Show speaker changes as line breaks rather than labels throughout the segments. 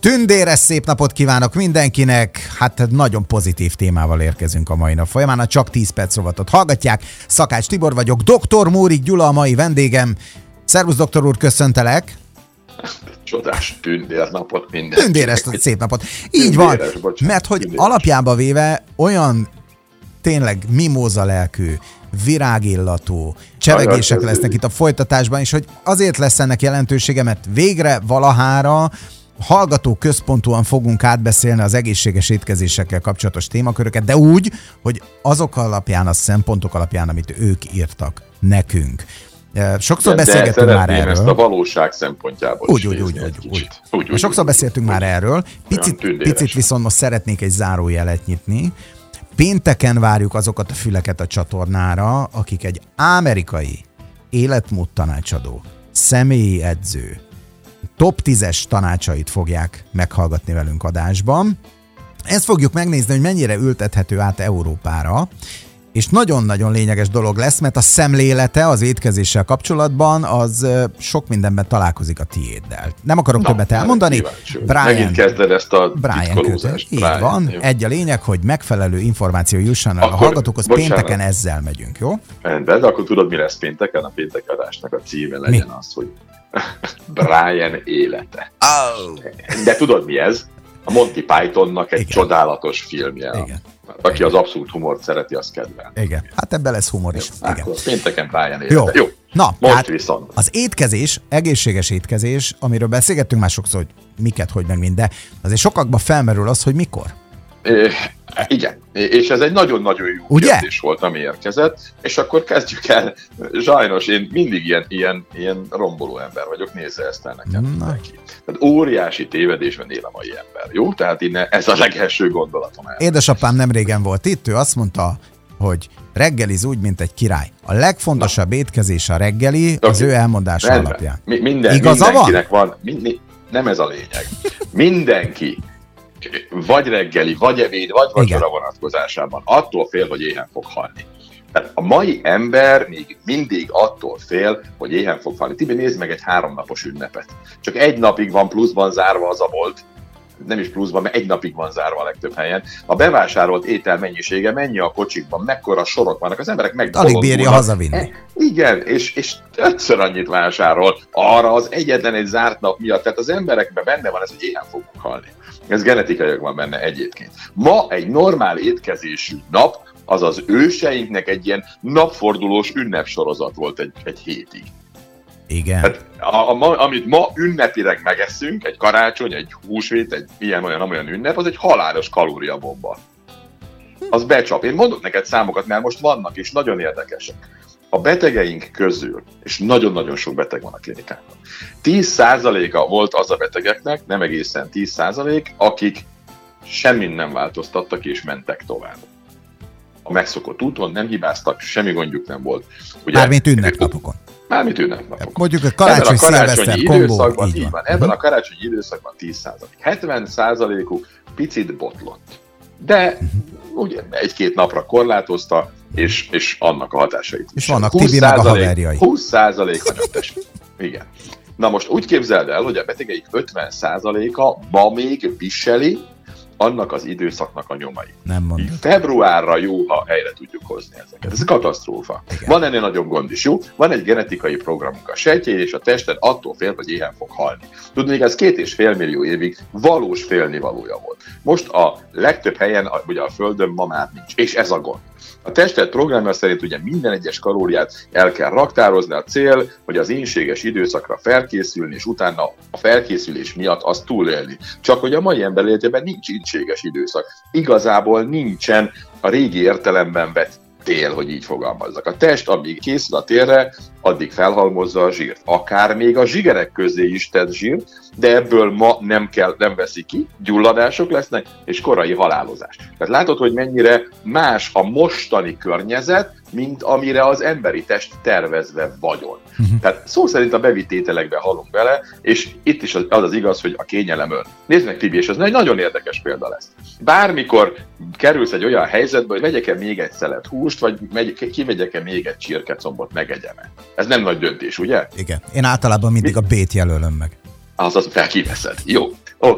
Tündéres szép napot kívánok mindenkinek! Hát nagyon pozitív témával érkezünk a mai nap folyamán. A Csak 10 perc rovatot hallgatják. Szakács Tibor vagyok, Dr. Mórik Gyula a mai vendégem. Szervusz, doktor úr, köszöntelek!
Csodás tündérnapot mindenkinek.
Tündéres szép napot. Így van, mert hogy tündéres. Alapjába véve olyan tényleg mimóza lelkű, virágillatú csevegések lesznek itt a folytatásban, és hogy azért lesz ennek jelentősége, mert végre valahára hallgató központúan fogunk átbeszélni az egészséges étkezésekkel kapcsolatos témaköröket, de úgy, hogy azok alapján, a szempontok alapján, amit ők írtak nekünk. Sokszor beszélgettünk már erről.
Ezt a valóság szempontjából
úgy. Sokszor beszéltünk már erről. Picit viszont most szeretnék egy zárójelet nyitni. Pénteken várjuk azokat a füleket a csatornára, akik egy amerikai életmód tanácsadó, személyi edző, top 10-es tanácsait fogják meghallgatni velünk adásban. Ezt fogjuk megnézni, hogy mennyire ültethető át Európára, és nagyon-nagyon lényeges dolog lesz, mert a szemlélete az étkezéssel kapcsolatban az sok mindenben találkozik a tiéddel. Nem akarok többet elmondani.
Megint kezded ezt a
titkolózást. Így van. Jó. Egy a lényeg, hogy megfelelő információ jusson el a hallgatókhoz. Pénteken ezzel megyünk, jó?
Rendben, de akkor tudod, mi lesz pénteken? A péntek adásnak a címe legyen az, hogy Brian élete.
Oh.
De tudod, mi ez? A Monty Pythonnak egy csodálatos filmje. Igen. Aki az abszolút humort szereti, az kedvel.
Igen, hát ebben lesz humor is.
Jó, igen. Pénteken Brian élete. Jó.
Na, most viszont. Az étkezés, egészséges étkezés, amiről beszélgettünk már sokszor, hogy miket, hogy meg minden, azért sokakban felmerül az, hogy mikor.
Igen, és ez egy nagyon-nagyon jó kérdés volt, ami érkezett, és akkor kezdjük el. Sajnos én mindig ilyen romboló ember vagyok, nézze ezt el nekem mindenki. Tehát óriási tévedésben él a mai ember, jó? Tehát innen ez a legelső gondolatom el.
Édesapám nem régen volt itt, ő azt mondta, hogy reggeliz úgy, mint egy király. A legfontosabb étkezés a reggeli, az ő elmondása alapján.
Mindenkinek van, nem ez a lényeg. Mindenki vagy reggeli, vagy ebéd, vagy vacsora vonatkozásában attól fél, hogy éhen fog halni. Tehát a mai ember még mindig attól fél, hogy éhen fog halni. Tibi, nézd meg egy 3 napos ünnepet. Csak egy napig van pluszban zárva az a bolt, nem is pluszban, mert egy napig van zárva a legtöbb helyen. A bevásárolt étel mennyisége, mennyi a kocsikban, mekkora sorok vannak, az emberek megbolondulnak.
Alig bírja hazavinni.
Igen, és 5-ször annyit vásárol arra az egyetlen egy zárt nap miatt. Tehát az emberekben benne van ez, hogy éhen fogunk halni. Ez genetikailag van benne egyébként. Ma egy normál étkezésű nap, az az őseinknek egy ilyen napfordulós ünnepsorozat volt egy hétig.
Igen.
Hát, amit ma ünnepileg megeszünk, egy karácsony, egy húsvét, egy ilyen-olyan ünnep, az egy halálos kalóriabomba. Az becsap. Én mondok neked számokat, mert most vannak is, nagyon érdekesek. A betegeink közül, és nagyon-nagyon sok beteg van a klinikában, 10%-a volt az a betegeknek, nem egészen 10%, akik semmit nem változtattak és mentek tovább. A megszokott úton nem hibáztak, semmi gondjuk nem volt.
Mármint ünnepnapokon.
Mármint ünnepnapokon.
Mondjuk a karácsonyi
időszakban, így van. Ebben a karácsonyi időszakban 10%. 70%-uk picit botlott. De ugye 1-2 napra korlátozta, és annak a hatásait.
És vannak Tibi meg a haverjai.
20% hanyattes. Igen. Na most úgy képzeld el, hogy a betegeik 50%-a ma még viseli annak az időszaknak a nyomai.
Nem mondod.
Februárra jó, ha helyre tudjuk hozni ezeket. Ez katasztrófa. Igen. Van ennél nagyon gond is, jó? Van egy genetikai programunk. A sejtjei és a tested attól fél, hogy éhen fog halni. Tudni, ez 2,5 millió évig valós félnivalója volt. Most a legtöbb helyen, ugye a Földön ma már nincs. És ez a gond. A tested programja szerint ugye minden egyes kalóriát el kell raktározni, a cél, hogy az énséges időszakra felkészülni, és utána a felkészülés miatt azt túlélni. Csak hogy a mai ember életében nincs énséges időszak. Igazából nincsen a régi értelemben vett tél, hogy így fogalmazzak. A test, amíg készül a télre, addig felhalmozza a zsírt. Akár még a zsigerek közé is tett zsírt, de ebből ma nem veszi ki, gyulladások lesznek, és korai halálozás. Tehát látod, hogy mennyire más a mostani környezet, mint amire az emberi test tervezve vagyon. Tehát szó szerint a bevitt ételekbe halunk bele, és itt is az igaz, hogy a kényelem ön. Nézd meg, Tibi, és ez egy nagyon érdekes példa lesz. Bármikor kerülsz egy olyan helyzetbe, hogy vegyek-e még egy szelet húst, vagy kivegyek-e még egy csirkecombot, megegyem-e. Ez nem nagy döntés, ugye?
Igen. Én általában mindig a B-t jelölöm meg.
Azaz kiveszed. Jó, oké.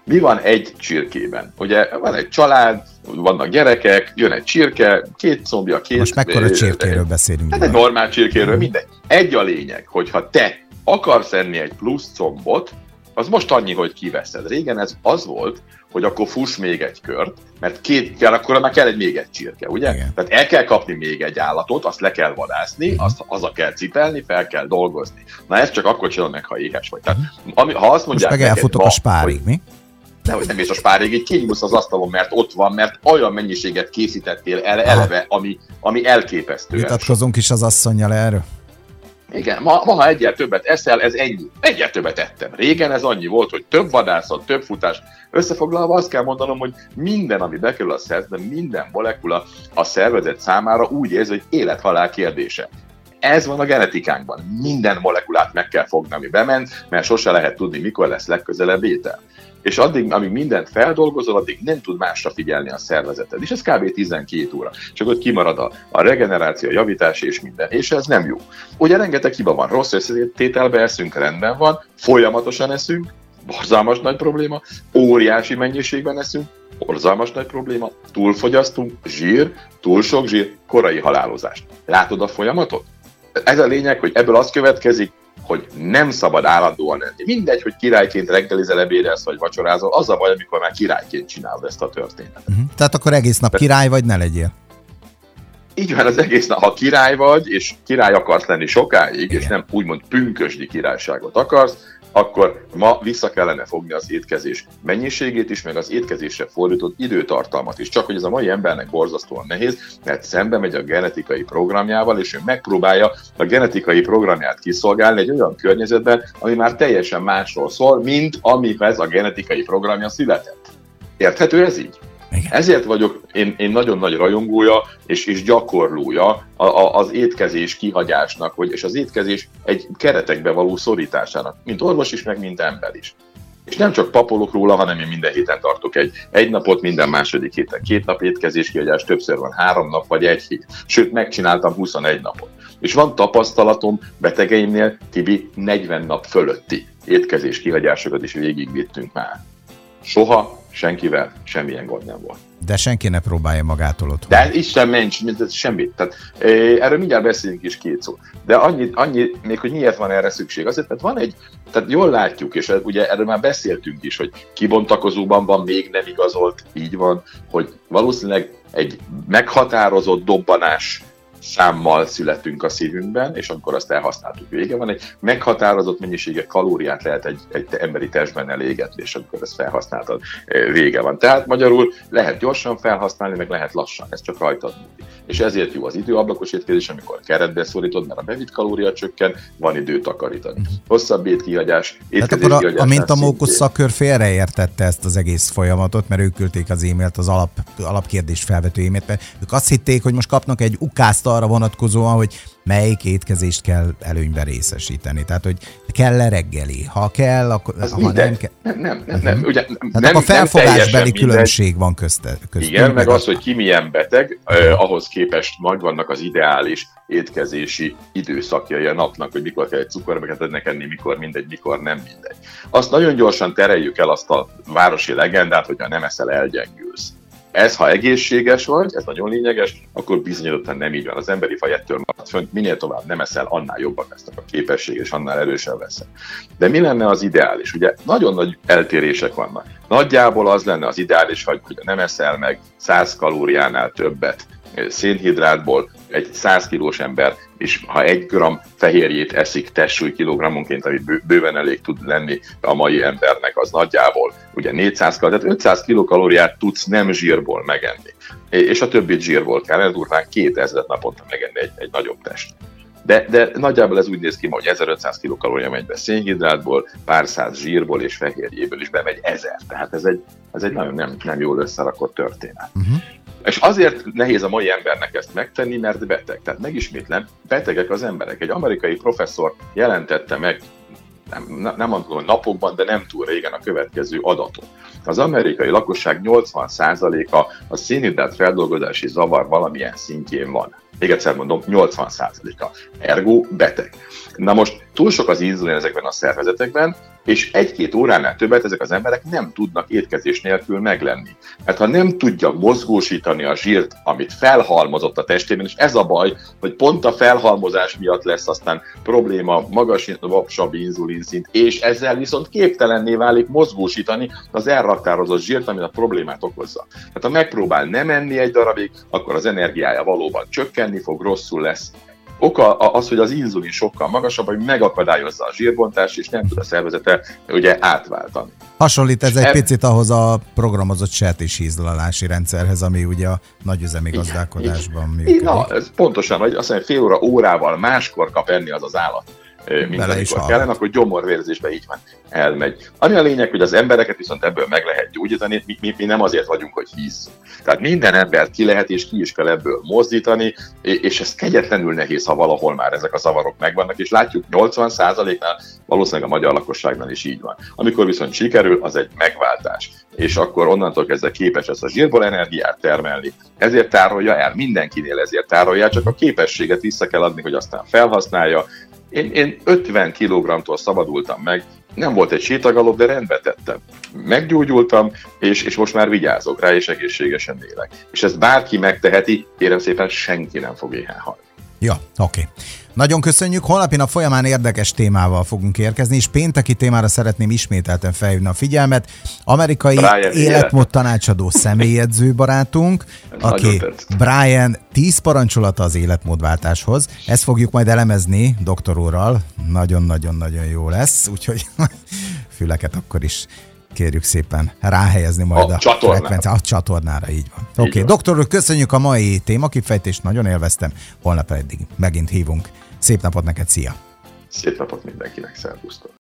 Mi van egy csirkében? Ugye van egy család, vannak gyerekek, jön egy csirke, 2 combja, 2...
Most mekkora csirkéről beszélünk?
Hát egy normál csirkéről, mindegy. Egy a lényeg, hogyha te akarsz enni egy plusz combot, az most annyi, hogy kiveszed. Régen ez az volt, hogy akkor fuss még egy kört, mert akkor már kell még egy csirke, ugye? Igen. Tehát el kell kapni még egy állatot, azt le kell vadászni, azt haza kell cipelni, fel kell dolgozni. Na ezt csak akkor csinálod meg, ha éhes vagy. Tehát, ha azt mondják,
most meg elfutok a spárig, mi?
Nehogy nem is a spárig, így kinyúlsz az asztalon, mert ott van, mert olyan mennyiséget készítettél el eleve, ami elképesztő.
Vitatkozunk is az asszonnyal erről.
Igen, ma ha egyel többet eszel, ez ennyi. Egyel többet ettem. Régen ez annyi volt, hogy több vadászat, több futás. Összefoglalva azt kell mondanom, hogy minden, ami bekerül a szervezetbe, minden molekula a szervezet számára úgy érzi, hogy élet-halál kérdése. Ez van a genetikánkban. Minden molekulát meg kell fogni, ami bement, mert sose lehet tudni, mikor lesz legközelebb étel. És addig, amíg mindent feldolgozol, addig nem tud másra figyelni a szervezeted. És ez kb. 12 óra. Csak ott kimarad a regeneráció, a javítás és minden. És ez nem jó. Ugye rengeteg hiba van. Rossz összetételbe eszünk, rendben van. Folyamatosan eszünk, borzalmas nagy probléma. Óriási mennyiségben eszünk, borzalmas nagy probléma. Túlfogyasztunk, zsír, túl sok zsír, korai halálozás. Látod a folyamatot? Ez a lényeg, hogy ebből az következik, hogy nem szabad állandóan enni. Mindegy, hogy királyként reggelizel, ebédelsz vagy vacsorázol, az a baj, amikor már királyként csinálod ezt a történetet.
Tehát akkor egész nap király vagy, ne legyél.
Így van, az egész nap, ha király vagy, és király akarsz lenni sokáig, igen, és nem úgymond pünkösdi királyságot akarsz, akkor ma vissza kellene fogni az étkezés mennyiségét is, meg az étkezésre fordított időtartalmat is. Csak hogy ez a mai embernek borzasztóan nehéz, mert szembe megy a genetikai programjával, és ő megpróbálja a genetikai programját kiszolgálni egy olyan környezetben, ami már teljesen másról szól, mint amihez a genetikai programja született. Érthető ez így? Igen. Ezért vagyok én nagyon nagy rajongója és gyakorlója az étkezés kihagyásnak, és az étkezés egy keretekbe való szorításának, mint orvos is, meg mint ember is. És nem csak papolok róla, hanem én minden héten tartok egy napot, minden második héten 2 nap étkezés kihagyás, többször van 3 nap vagy 1 hét. Sőt, megcsináltam 21 napot. És van tapasztalatom betegeimnél, Tibi, 40 nap fölötti étkezés kihagyásokat is végigvittünk már. Soha senkivel semmilyen gond nem volt.
De senki ne próbálja magától otthon.
De Isten ments, semmit. Tehát, erről mindjárt beszélünk is 2 szó. De annyi, még hogy miért van erre szükség. Azért, mert van tehát jól látjuk, és ugye erről már beszéltünk is, hogy kibontakozóban van még nem igazolt, így van, hogy valószínűleg egy meghatározott dobbanás számmal születünk a szívünkben, és amikor azt elhasználtuk, vége van, egy meghatározott mennyisége kalóriát lehet egy emberi testben elégetni, és amikor ezt felhasználtad, vége van. Tehát magyarul lehet gyorsan felhasználni, meg lehet lassan, ez csak rajtad múlik. És ezért jó az időablakos étkezés, amikor keretbe szorítod, mert a bevitt kalória csökken, van idő takarítani. Hosszabb étkihagyás, étkezés kihagyás.
A mintamókusz szakkör félreértette ezt az egész folyamatot, mert ők küldték az e-mailt, az alapkérdés felvető e-mailt, mert ők azt hitték, hogy most kapnak egy ukázt arra vonatkozóan, hogy melyik étkezést kell előnyben részesíteni. Tehát, hogy kell reggeli. Ha kell, akkor... Ha nem kell...
Nem. Ugye,
nem, a felfogásbeli különbség van köztük.
Igen, meg az, hogy ki milyen beteg, ahhoz képest megvannak az ideális étkezési időszakjai a napnak, hogy mikor kell egy cukorbeget enni, mikor mindegy, mikor nem mindegy. Azt nagyon gyorsan tereljük el azt a városi legendát, hogy ha nem eszel, elgyengülsz. Ez, ha egészséges vagy, ez nagyon lényeges, akkor bizonyítottan nem így van. Az emberi faj ettől marad fönt, minél tovább nem eszel, annál jobbak lesznek a képesség, és annál erősebb leszel. De mi lenne az ideális? Ugye nagyon nagy eltérések vannak. Nagyjából az lenne az ideális, hogy nem eszel meg 100 kalóriánál többet szénhidrátból, egy 100 kilós ember, és ha 1 g fehérjét eszik testsúly kilogrammonként, ami bőven elég tud lenni a mai embernek, az nagyjából ugye 400 kalóriát, tehát 500 kilokalóriát tudsz nem zsírból megenni. És a többit zsírból kell, durván 2000 naponta megenni egy nagyobb test. De nagyjából ez úgy néz ki, hogy 1500 kilokalória megy be szénhidrátból, pár száz zsírból és fehérjéből is bemegy 1000. Tehát ez egy nagyon nem jól összerakott történet. És azért nehéz a mai embernek ezt megtenni, mert beteg. Tehát megismétlem, betegek az emberek. Egy amerikai professzor jelentette meg, nem mondom napokban, de nem túl régen a következő adatot. Az amerikai lakosság 80%-a a szénhidrát feldolgozási zavar valamilyen szintjén van. Még egyszer mondom, 80%-a. Ergo beteg. Na most túl sok az inzulin ezekben a szervezetekben, és 1-2 óránál többet ezek az emberek nem tudnak étkezés nélkül meglenni. Mert ha nem tudja mozgósítani a zsírt, amit felhalmozott a testében, és ez a baj, hogy pont a felhalmozás miatt lesz aztán probléma, magasabb inzulinszint, és ezzel viszont képtelenné válik mozgósítani az elraktározott zsírt, ami a problémát okozza. Tehát ha megpróbál nem enni egy darabig, akkor az energiája valóban csökkenni fog, rosszul lesz. Oka az, hogy az inzulin sokkal magasabb, hogy megakadályozza a zsírbontást, és nem tud a szervezete ugye átváltani.
Hasonlít ez egy picit ahhoz a programozott sertéshízlalási rendszerhez, ami ugye a nagyüzemi gazdálkodásban működik.
Na, ez pontosan, hogy azt mondja, fél órával máskor kap enni az az állat, mint amikor kellene, akkor gyomorvérzésbe így van, elmegy. Ami a lényeg, hogy az embereket viszont ebből meg lehet gyógyítani, mi nem azért vagyunk, hogy hisszünk. Tehát minden embert ki lehet és ki is kell ebből mozdítani, és ez kegyetlenül nehéz, ha valahol már ezek a zavarok megvannak, és látjuk 80%-nál, valószínűleg a magyar lakosságnál is így van. Amikor viszont sikerül, az egy megváltás, és akkor onnantól kezdve képes ezt a zsírból energiát termelni. Ezért tárolja el, mindenkinél ezért tárolja, csak a képességet vissza kell adni, hogy aztán felhasználja. Én 50 kg-tól szabadultam meg, nem volt egy sétagalop, de rendbe tettem. Meggyógyultam, és most már vigyázok rá, és egészségesen élek. És ezt bárki megteheti, kérem szépen, senki nem fog éhen halni.
Ja, oké. Nagyon köszönjük, holnapi nap folyamán érdekes témával fogunk érkezni, és pénteki témára szeretném ismételten felhívni a figyelmet. Amerikai életmód tanácsadó személyedző barátunk, aki Brian 10 parancsolata az életmódváltáshoz. Ezt fogjuk majd elemezni doktor úrral, nagyon-nagyon-nagyon jó lesz, úgyhogy füleket akkor is kérjük szépen ráhelyezni majd a csatornára, így van. Oké, doktor úr, köszönjük a mai témakifejtést, nagyon élveztem, holnap pedig megint hívunk. Szép napot neked, szia!
Szép napot mindenkinek, szervusztok!